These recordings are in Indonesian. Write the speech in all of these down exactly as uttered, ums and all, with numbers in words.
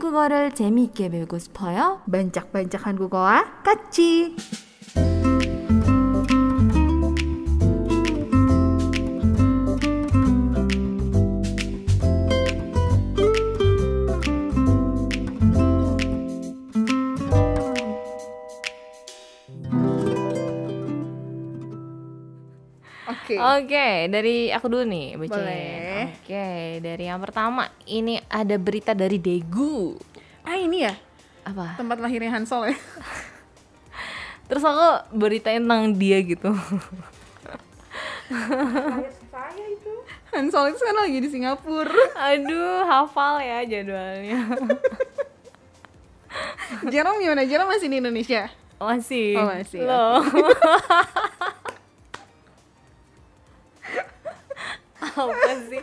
한국어를 재미있게 배우고 싶어요? 반짝반짝 한국어와 같이! Oke, okay, dari aku dulu nih bacain. Boleh. Oke, okay, dari yang pertama ini ada berita dari Daegu. Ah ini ya? Apa? Tempat lahirnya Hansol ya? Terus aku beritain tentang dia gitu. Saya itu Hansol itu sekarang lagi di Singapura. Aduh, hafal ya jadwalnya. Jerome gimana? Jerome masih di Indonesia? Masih. Oh masih. Loh. Apa sih?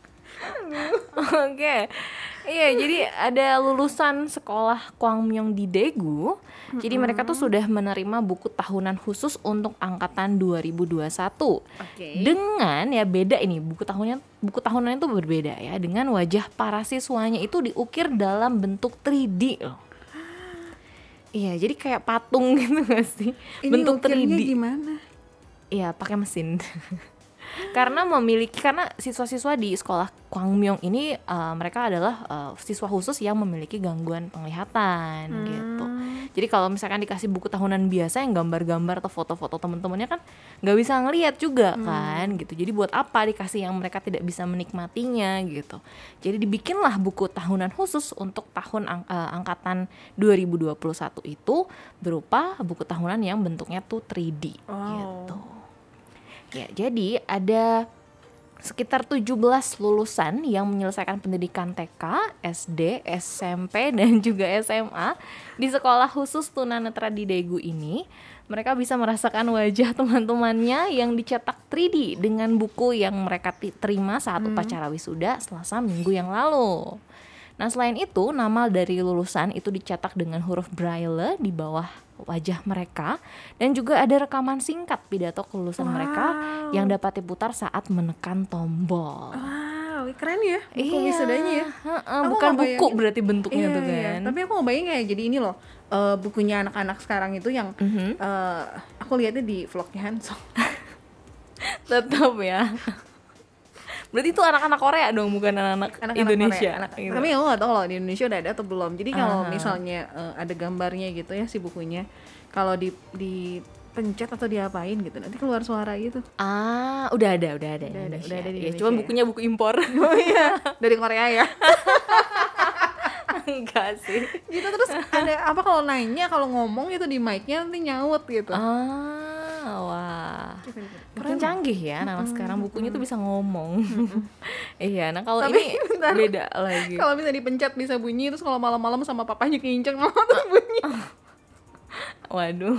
Oke, okay. Iya, jadi ada lulusan sekolah Kwangmyong di Daegu. Mm-hmm. Jadi mereka tuh sudah menerima buku tahunan khusus untuk angkatan dua ribu dua puluh satu. Okay. Dengan ya beda ini buku tahunnya buku tahunan itu berbeda ya, dengan wajah para siswanya itu diukir dalam bentuk tiga D loh. Iya, jadi kayak patung gitu gak sih? Ini bentuk tiga D. Gimana? Iya, pakai mesin. Karena memiliki karena siswa-siswa di sekolah Kwangmyong ini uh, mereka adalah uh, siswa khusus yang memiliki gangguan penglihatan hmm. gitu. Jadi kalau misalkan dikasih buku tahunan biasa yang gambar-gambar atau foto-foto teman-temannya kan nggak bisa ngelihat juga hmm. kan gitu. Jadi buat apa dikasih yang mereka tidak bisa menikmatinya gitu. Jadi dibikinlah buku tahunan khusus untuk tahun ang- uh, angkatan dua ribu dua puluh satu itu berupa buku tahunan yang bentuknya tuh tiga D oh. gitu. Ya, jadi ada sekitar tujuh belas lulusan yang menyelesaikan pendidikan T K, S D, S M P, dan juga S M A di sekolah khusus tunanetra di Daegu ini. Mereka bisa merasakan wajah teman-temannya yang dicetak tiga D dengan buku yang mereka terima saat hmm. upacara wisuda Selasa minggu yang lalu. Nah, selain itu, nama dari lulusan itu dicetak dengan huruf braille di bawah wajah mereka, dan juga ada rekaman singkat pidato kelulusan wow. mereka yang dapat diputar saat menekan tombol. Wow, keren ya buku iya. wisudanya ya. Uh-uh, bukan buku berarti bentuknya iya, tuh kan. Iya. Tapi aku mau bayangin kayak jadi ini loh, uh, bukunya anak-anak sekarang itu yang uh-huh. uh, aku lihatnya di vlognya Hansol. Tetap ya. Berarti itu anak-anak Korea dong, bukan anak-anak, anak-anak Indonesia. Korea, anak, gitu. Tapi aku nggak tahu kalau di Indonesia udah ada atau belum. Jadi kalau uh-huh. misalnya uh, ada gambarnya gitu ya si bukunya, kalau di dipencet atau diapain gitu, nanti keluar suara gitu. Ah, udah ada, udah ada. Udah ada, udah ada di ya, Indonesia. Cuma bukunya buku impor. Oh iya, dari Korea ya. Enggak sih. Gitu terus ada apa kalau nanya, kalau ngomong gitu di mic-nya nanti nyaut gitu. Ah, wah. Makin canggih ya anak mm-hmm. sekarang, bukunya tuh bisa ngomong. Mm-hmm. Iya, nah kalau ini bentar, beda lagi. Kalau bisa dipencet bisa bunyi, terus kalau malam-malam sama papanya keinjek mama tuh bunyi. Waduh.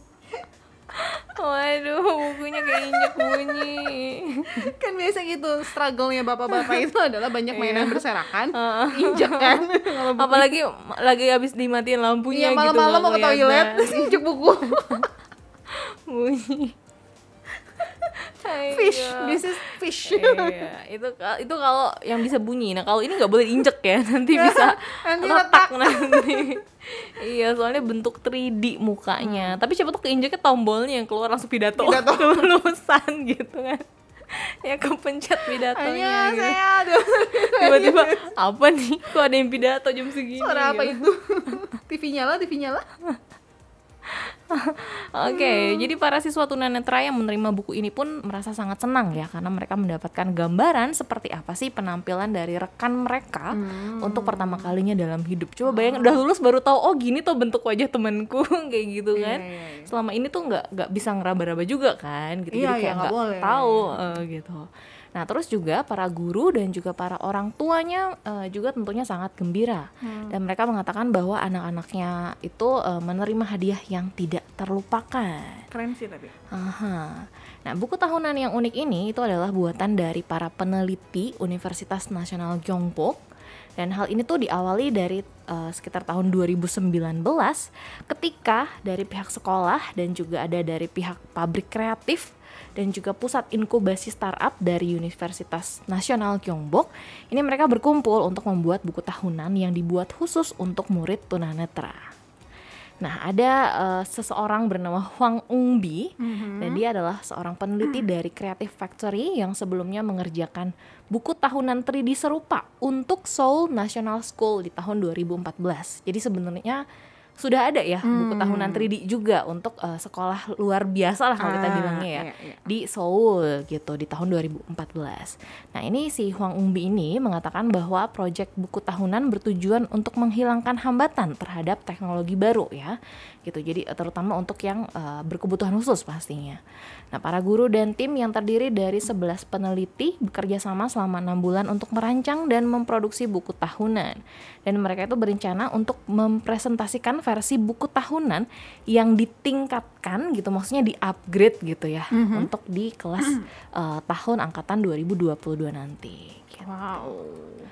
Waduh, bukunya keinjek bunyi. Kan biasa gitu, struggle-nya bapak-bapak itu adalah banyak mainan berserakan, injek kan. Apalagi lagi habis dimatiin lampunya iya, gitu. Iya, malam-malam mau ke toilet, terus injek buku. Bunyi. Fish, this is fish. Iya, itu itu kalau yang bisa bunyi. Nah, kalau ini nggak boleh injek ya, nanti bisa nanti retak nanti. Iya, soalnya bentuk tiga D mukanya. Hmm. Tapi siapa tuh keinjeknya tombolnya yang keluar langsung pidato, pidato. kelulusan gitu kan. Ya kepencet pidatonya gitu. Saya aduh. Tiba-tiba apa nih? Kok ada yang pidato jam segini? Suara apa gitu. itu? T V nyala, T V nyala. Oke, okay, hmm. jadi para siswa tunanetra yang menerima buku ini pun merasa sangat senang ya, karena mereka mendapatkan gambaran seperti apa sih penampilan dari rekan mereka hmm. untuk pertama kalinya dalam hidup. Coba bayangin, udah lulus baru tahu, oh gini tuh bentuk wajah temanku kayak gitu kan. Yeah, yeah, yeah. Selama ini tuh nggak nggak bisa ngeraba-raba juga kan, gitu. Yeah, jadi kayak nggak yeah, tahu uh, gitu. Nah, terus juga para guru dan juga para orang tuanya uh, juga tentunya sangat gembira. Hmm. Dan mereka mengatakan bahwa anak-anaknya itu uh, menerima hadiah yang tidak terlupakan. Keren sih tapi. Aha. Nah, buku tahunan yang unik ini itu adalah buatan dari para peneliti Universitas Nasional Gyeongbok Dan hal ini tuh diawali dari uh, sekitar tahun dua ribu sembilan belas ketika dari pihak sekolah dan juga ada dari pihak pabrik kreatif dan juga pusat inkubasi startup dari Universitas Nasional Gyeongbok. Ini mereka berkumpul untuk membuat buku tahunan yang dibuat khusus untuk murid tunanetra. Nah, ada uh, seseorang bernama Hwang Ung-bi, mm-hmm. dan dia adalah seorang peneliti dari Creative Factory yang sebelumnya mengerjakan buku tahunan tiga D serupa untuk Seoul National School di tahun dua ribu empat belas. Jadi sebenarnya sudah ada ya buku Hmm. tahunan tiga D juga untuk uh, sekolah luar biasa lah kalau kita Ah, bilangnya ya, iya, iya. di Seoul gitu di tahun dua ribu empat belas. Nah, ini si Hwang Ung-bi ini mengatakan bahwa proyek buku tahunan bertujuan untuk menghilangkan hambatan terhadap teknologi baru ya. Gitu. Jadi terutama untuk yang uh, berkebutuhan khusus pastinya. Nah, para guru dan tim yang terdiri dari sebelas peneliti bekerja sama selama enam bulan untuk merancang dan memproduksi buku tahunan. Dan mereka itu berencana untuk mempresentasikan versi buku tahunan yang ditingkatkan gitu, maksudnya di-upgrade gitu ya, mm-hmm. untuk di kelas uh, tahun angkatan dua ribu dua puluh dua nanti. Gitu. Wow.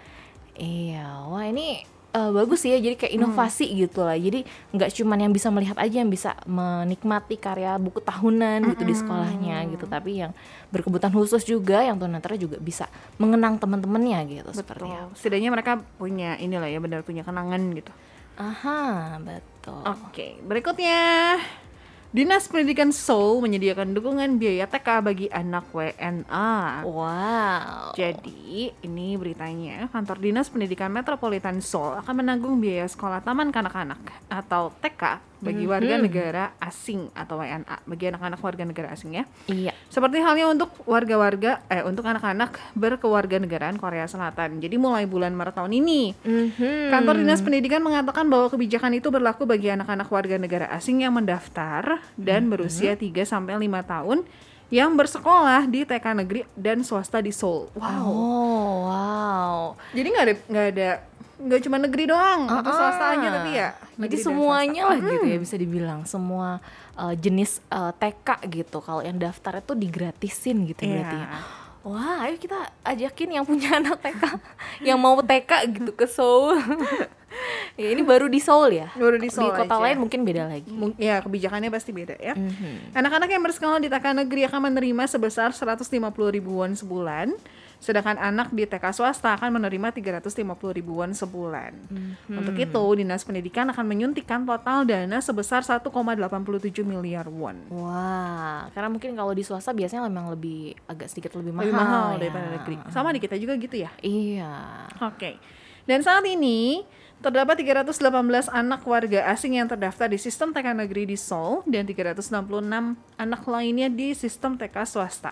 Iya, wah ini uh, bagus sih ya, jadi kayak inovasi hmm. gitu lah. Jadi nggak cuman yang bisa melihat aja yang bisa menikmati karya buku tahunan gitu hmm. di sekolahnya gitu, tapi yang berkebutuhan khusus juga, yang tunanetra juga bisa mengenang teman-temannya gitu. Betul. Seperti apa. Setidaknya mereka punya inilah ya, benar punya kenangan gitu. Aha, betul. Oke, berikutnya Dinas Pendidikan Seoul menyediakan dukungan biaya T K bagi anak W N A. Wow. Jadi, ini beritanya, kantor Dinas Pendidikan Metropolitan Seoul akan menanggung biaya sekolah taman kanak-kanak atau T K bagi warga Mhm. negara asing atau W N A, bagi anak-anak warga negara asing ya. Iya. Seperti halnya untuk warga-warga eh untuk anak-anak berkewarganegaraan Korea Selatan. Jadi mulai bulan Maret tahun ini, Mhm. Kantor Dinas Pendidikan mengatakan bahwa kebijakan itu berlaku bagi anak-anak warga negara asing yang mendaftar dan berusia tiga sampai lima tahun yang bersekolah di T K negeri dan swasta di Seoul. Wow. Oh, wow. Jadi nggak ada nggak ada nggak cuma negeri doang atau swasta aja, tapi ya Jadi negeri dan semuanya swasta. lah gitu ya, bisa dibilang semua uh, jenis uh, T K gitu. Kalau yang daftar itu digratisin gitu Iya. berarti ya. Wah, ayo kita ajakin yang punya anak T K yang mau T K gitu ke Seoul. Ya, ini baru di Seoul ya. Baru di Seoul kota aja. lain mungkin beda lagi. Mung- Ya, kebijakannya pasti beda ya. Mhm. Anak-anak yang bersekolah di T K negeri akan menerima sebesar seratus lima puluh ribu won sebulan, sedangkan anak di T K swasta akan menerima tiga ratus lima puluh ribu won sebulan. Untuk itu, Dinas Pendidikan akan menyuntikkan total dana sebesar satu koma delapan tujuh miliar won. Wah, karena mungkin kalau di swasta biasanya memang lebih agak sedikit lebih mahal, Lebih mahal ya. daripada negeri. Sama di kita juga gitu ya. Iya. Oke. Dan saat ini terdapat tiga ratus delapan belas anak warga asing yang terdaftar di sistem T K negeri di Seoul dan tiga ratus enam puluh enam anak lainnya di sistem T K swasta.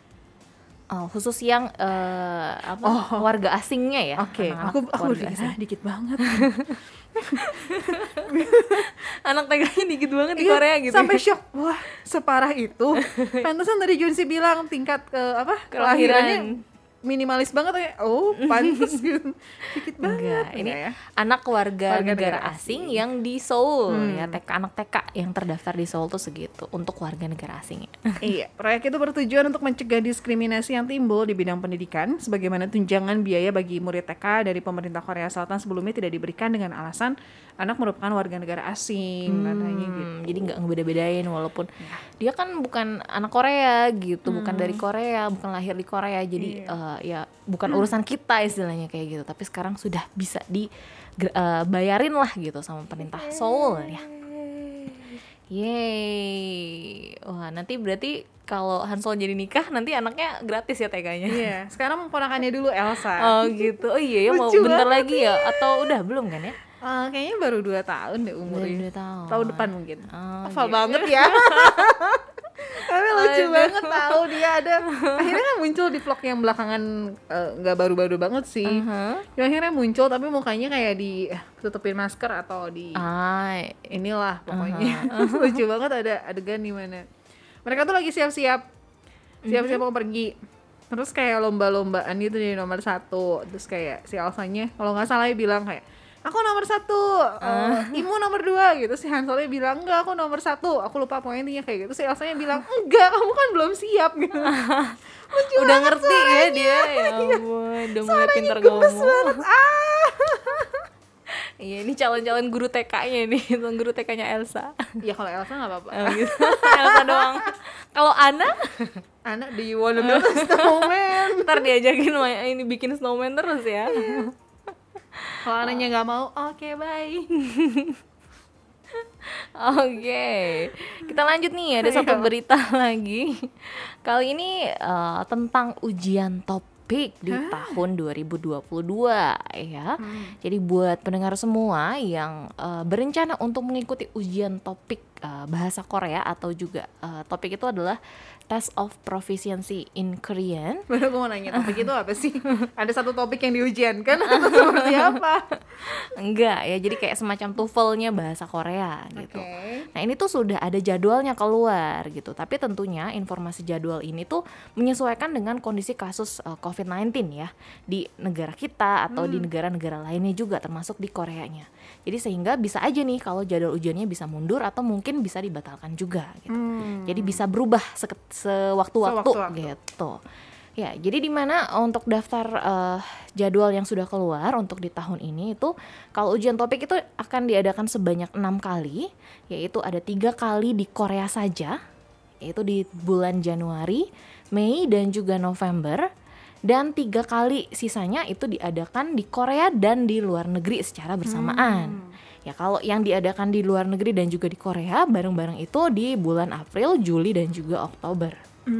Oh, khusus yang eh, apa Oh. warga asingnya ya. Oke, Anak-anak aku aku warga berpikir asing. "Ah, dikit banget. Anak T K-nya dikit banget di Iya, Korea gitu. Sampai shock. Wah, separah itu. Pantesan tadi Junsi bilang tingkat ke apa? Kelahirannya Kelahiran. minimalis banget ya. Oh, pantes gitu. Dikit banget. Enggak, ini Enggak ya. anak warga, Warga negara negara asing yang di Seoul Hmm. ya, T K anak T K yang terdaftar di Seoul tuh segitu untuk warga negara asing. Iya, proyek itu bertujuan untuk mencegah diskriminasi yang timbul di bidang pendidikan, sebagaimana tunjangan biaya bagi murid T K dari pemerintah Korea Selatan sebelumnya tidak diberikan dengan alasan anak merupakan warga negara asing, katanya gitu. Hmm, jadi nggak ngebeda-bedain walaupun dia kan bukan anak Korea gitu, bukan dari Korea, bukan lahir di Korea, jadi eh, ya bukan urusan kita istilahnya kayak gitu. Tapi sekarang sudah bisa dibayarin lah gitu sama pemerintah Seoul ya. Yeay, wah nanti berarti kalau Hansol jadi nikah nanti anaknya gratis ya T K-nya. Iya, sekarang ponakannya dulu Elsa. Oh gitu, oh iya ya mau Lucu bentar banget lagi ya, atau udah belum kan ya? Eh, kayaknya baru dua tahun deh umurnya. Baru dua tahun. Tahun depan mungkin. Oh, Hafal gitu. banget ya. Tapi lucu Aduh. banget tahu dia ada. Akhirnya kan muncul di vlog yang belakangan, eh, nggak baru-baru banget sih. Uh-huh. Ya, akhirnya muncul tapi mukanya kayak di eh, tutupin masker atau di Ah, inilah pokoknya. Lucu banget ada adegan di mana mereka tuh lagi siap-siap siap-siap mau pergi, terus kayak lomba-lombaan gitu di nomor satu, terus kayak si Elsanya kalau nggak salah dia bilang kayak aku nomor satu, eh, Imu nomor dua gitu. Si Hansolnya bilang enggak aku nomor satu, aku lupa pokoknya intinya kayak gitu. Si Elsanya bilang enggak kamu kan belum siap gitu. Udah ngerti ya dia, ya ampun, udah mulai pintar ngomong. Ah. Iya, ini calon-calon guru T K-nya nih, guru T K-nya Elsa. Ya kalau Elsa nggak apa-apa. Oh, gitu. Elsa doang. Kalau Ana, Anak, do you wanna build a snowman? ntar diajakin main ini bikin snowman terus ya. Kalau anaknya nggak mau, oke bye. Oke, kita lanjut nih, ada satu Ayo. berita lagi. Kali ini eh, tentang ujian topik di tahun dua ribu dua puluh dua ya. Jadi buat pendengar semua yang eh, berencana untuk mengikuti ujian topik eh, bahasa Korea atau juga eh, topik itu adalah Test of Proficiency in Korean. Baru gue mau nanya, topik itu apa sih? Ada satu topik yang diujiankan atau seperti apa? Enggak ya, jadi kayak semacam TOEFL-nya bahasa Korea gitu. Oke. Nah ini tuh sudah ada jadwalnya keluar gitu. Tapi tentunya informasi jadwal ini tuh menyesuaikan dengan kondisi kasus uh, covid sembilan belas ya di negara kita atau di negara-negara lainnya juga termasuk di Koreanya. Jadi sehingga bisa aja nih kalau jadwal ujiannya bisa mundur atau mungkin bisa dibatalkan juga gitu. Hmm. Jadi bisa berubah seke- sewaktu-waktu Sewaktu-waktu. gitu. Ya, jadi di mana untuk daftar eh, jadwal yang sudah keluar untuk di tahun ini itu kalau ujian topik itu akan diadakan sebanyak enam kali, yaitu ada tiga kali di Korea saja, yaitu di bulan Januari, Mei dan juga November, dan tiga kali sisanya itu diadakan di Korea dan di luar negeri secara bersamaan. Ya kalau yang diadakan di luar negeri dan juga di Korea bareng-bareng itu di bulan April, Juli dan juga Oktober.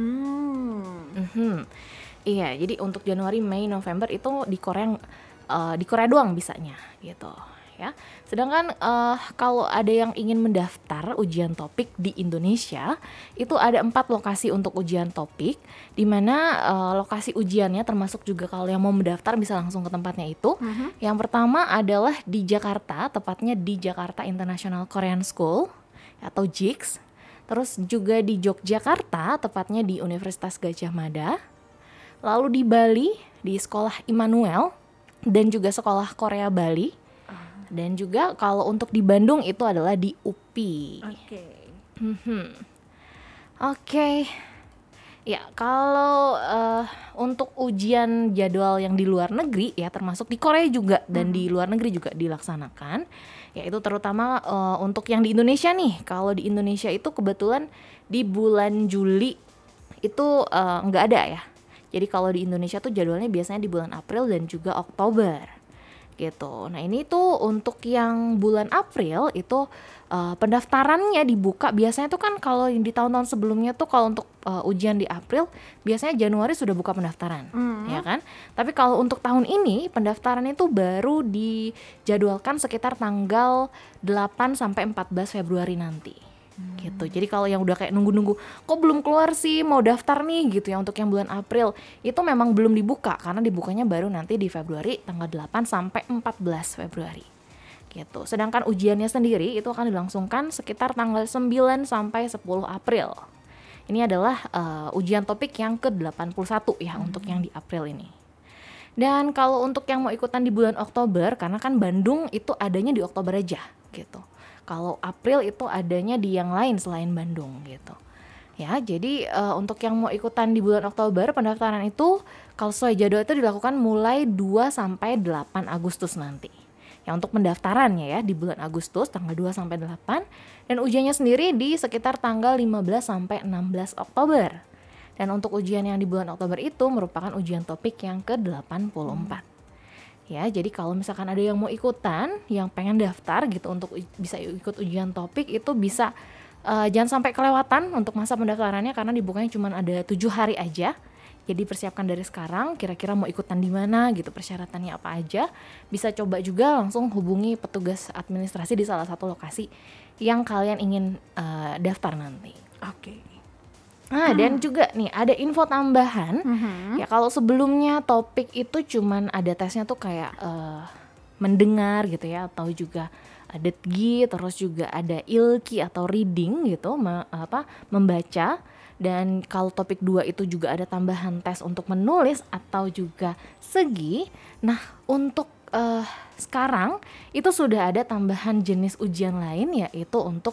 Hmm. Mhm. Iya, jadi untuk Januari, Mei, November itu di Korea eh, di Korea doang bisanya gitu ya. Sedangkan eh, kalau ada yang ingin mendaftar ujian topik di Indonesia, itu ada empat lokasi untuk ujian topik, di mana eh, lokasi ujiannya termasuk juga kalau yang mau mendaftar bisa langsung ke tempatnya itu. Yang pertama adalah di Jakarta, tepatnya di Jakarta International Korean School atau J I K S. Terus juga di Yogyakarta, tepatnya di Universitas Gadjah Mada. Lalu di Bali, di Sekolah Immanuel, dan juga Sekolah Korea Bali. Dan juga kalau untuk di Bandung itu adalah di U P I. Oke. Mhm. Oke. Ya, kalau eh, untuk ujian jadwal yang di luar negeri ya termasuk di Korea juga dan di luar negeri juga dilaksanakan. Yaitu terutama eh, untuk yang di Indonesia nih. Kalau di Indonesia itu kebetulan di bulan Juli itu eh, nggak ada ya. Jadi kalau di Indonesia tuh jadwalnya biasanya di bulan April dan juga Oktober gitu. Nah ini tuh untuk yang bulan April itu uh, pendaftarannya dibuka biasanya tuh kan kalau yang di tahun-tahun sebelumnya tuh kalau untuk uh, ujian di April biasanya Januari sudah buka pendaftaran, Hmm. ya kan? Tapi kalau untuk tahun ini pendaftaran itu baru dijadwalkan sekitar tanggal delapan sampai empat belas Februari nanti. Gitu. Jadi kalau yang udah kayak nunggu-nunggu kok belum keluar sih mau daftar nih gitu ya untuk yang bulan April itu memang belum dibuka karena dibukanya baru nanti di Februari tanggal delapan sampai empat belas Februari gitu. Sedangkan ujiannya sendiri itu akan dilangsungkan sekitar tanggal sembilan sampai sepuluh April. Ini adalah uh, ujian topik yang ke delapan puluh satu ya untuk yang di April ini. Dan kalau untuk yang mau ikutan di bulan Oktober karena kan Bandung itu adanya di Oktober aja gitu. Kalau April itu adanya di yang lain selain Bandung gitu. Ya, jadi uh, untuk yang mau ikutan di bulan Oktober pendaftaran itu kalau sesuai jadwal itu dilakukan mulai dua sampai delapan Agustus nanti. Ya untuk pendaftarannya ya di bulan Agustus tanggal dua sampai delapan dan ujiannya sendiri di sekitar tanggal lima belas sampai enam belas Oktober. Dan untuk ujian yang di bulan Oktober itu merupakan ujian topik yang ke delapan puluh empat. Ya, jadi kalau misalkan ada yang mau ikutan, yang pengen daftar gitu untuk u- bisa ikut ujian topik itu bisa uh, jangan sampai kelewatan untuk masa pendaftarannya karena dibukanya cuma ada tujuh hari aja. Jadi persiapkan dari sekarang, kira-kira mau ikutan di mana gitu, persyaratannya apa aja. Bisa coba juga langsung hubungi petugas administrasi di salah satu lokasi yang kalian ingin uh, daftar nanti. Oke. Nah, dan juga nih ada info tambahan. Ya kalau sebelumnya topik itu cuman ada tesnya tuh kayak eh, mendengar gitu ya atau juga ada T G I, terus juga ada I L Q I atau reading gitu, me- apa membaca. Dan kalau topik dua itu juga ada tambahan tes untuk menulis atau juga segi. Nah, untuk eh, sekarang itu sudah ada tambahan jenis ujian lain yaitu untuk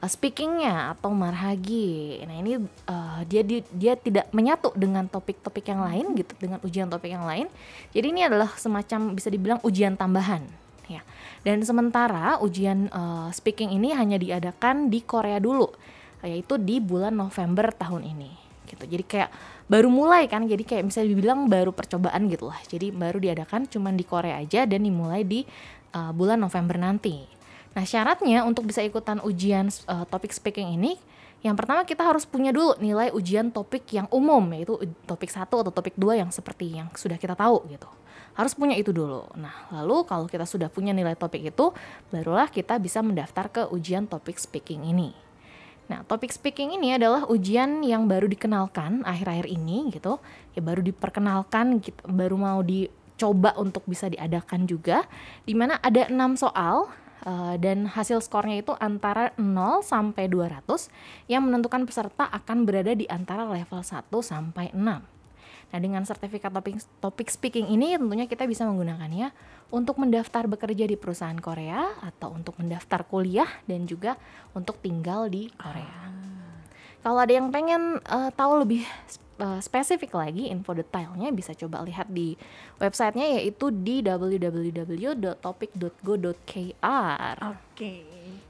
uh, speakingnya atau marhagi. Nah ini uh, dia, dia dia tidak menyatu dengan topik-topik yang lain gitu, dengan ujian topik yang lain. Jadi ini adalah semacam bisa dibilang ujian tambahan ya. Dan sementara ujian uh, speaking ini hanya diadakan di Korea dulu, yaitu di bulan November tahun ini gitu. Jadi kayak baru mulai kan, jadi kayak bisa dibilang baru percobaan gitu lah. Jadi baru diadakan cuman di Korea aja dan dimulai di uh, bulan November nanti. Nah syaratnya untuk bisa ikutan ujian uh, topik speaking ini, yang pertama kita harus punya dulu nilai ujian topik yang umum, yaitu topik satu atau topik dua yang seperti yang sudah kita tahu gitu. Harus punya itu dulu. Nah lalu kalau kita sudah punya nilai topik itu, barulah kita bisa mendaftar ke ujian topik speaking ini. Nah topik speaking ini adalah ujian yang baru dikenalkan akhir-akhir ini gitu, ya baru diperkenalkan gitu, baru mau dicoba untuk bisa diadakan juga, dimana ada enam soal. Uh, dan hasil skornya itu antara nol sampai dua ratus yang menentukan peserta akan berada di antara level satu sampai enam. Nah dengan sertifikat topik, topik speaking ini tentunya kita bisa menggunakannya untuk mendaftar bekerja di perusahaan Korea atau untuk mendaftar kuliah dan juga untuk tinggal di Korea. Ah. Kalau ada yang pengen uh, tahu lebih Uh, spesifik lagi info detailnya bisa coba lihat di websitenya, yaitu di w w w dot topic dot go dot k r. Oke. Okay.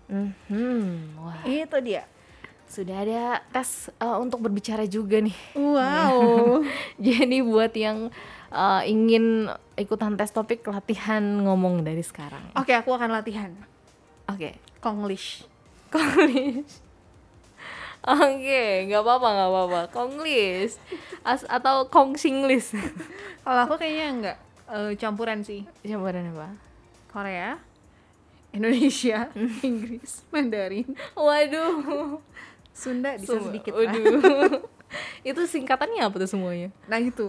Mm-hmm. Wah. Itu dia. Sudah ada tes uh, untuk berbicara juga nih. Wow. Jadi buat yang uh, ingin ikutan tes topik, latihan ngomong dari sekarang. Oke, okay, aku akan latihan. Oke. Okay. Konglish. Konglish. Oke, okay, nggak apa-apa, nggak apa-apa. Konglish As- atau Kongsinglis. Kalau aku kayaknya nggak uh, campuran sih. Campuran apa? Korea, Indonesia, Inggris, Mandarin. Waduh. Sunda bisa Sum- sedikit. Waduh. Itu singkatannya apa tuh semuanya? Nah itu.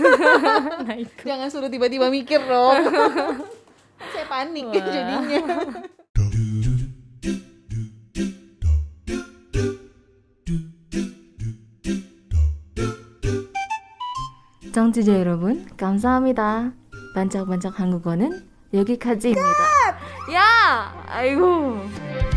Nah itu. Jangan suruh tiba-tiba mikir dong. Saya panik ya jadinya. 청취자 여러분, 감사합니다. 반짝반짝 한국어는 여기까지입니다. 야! 아이고.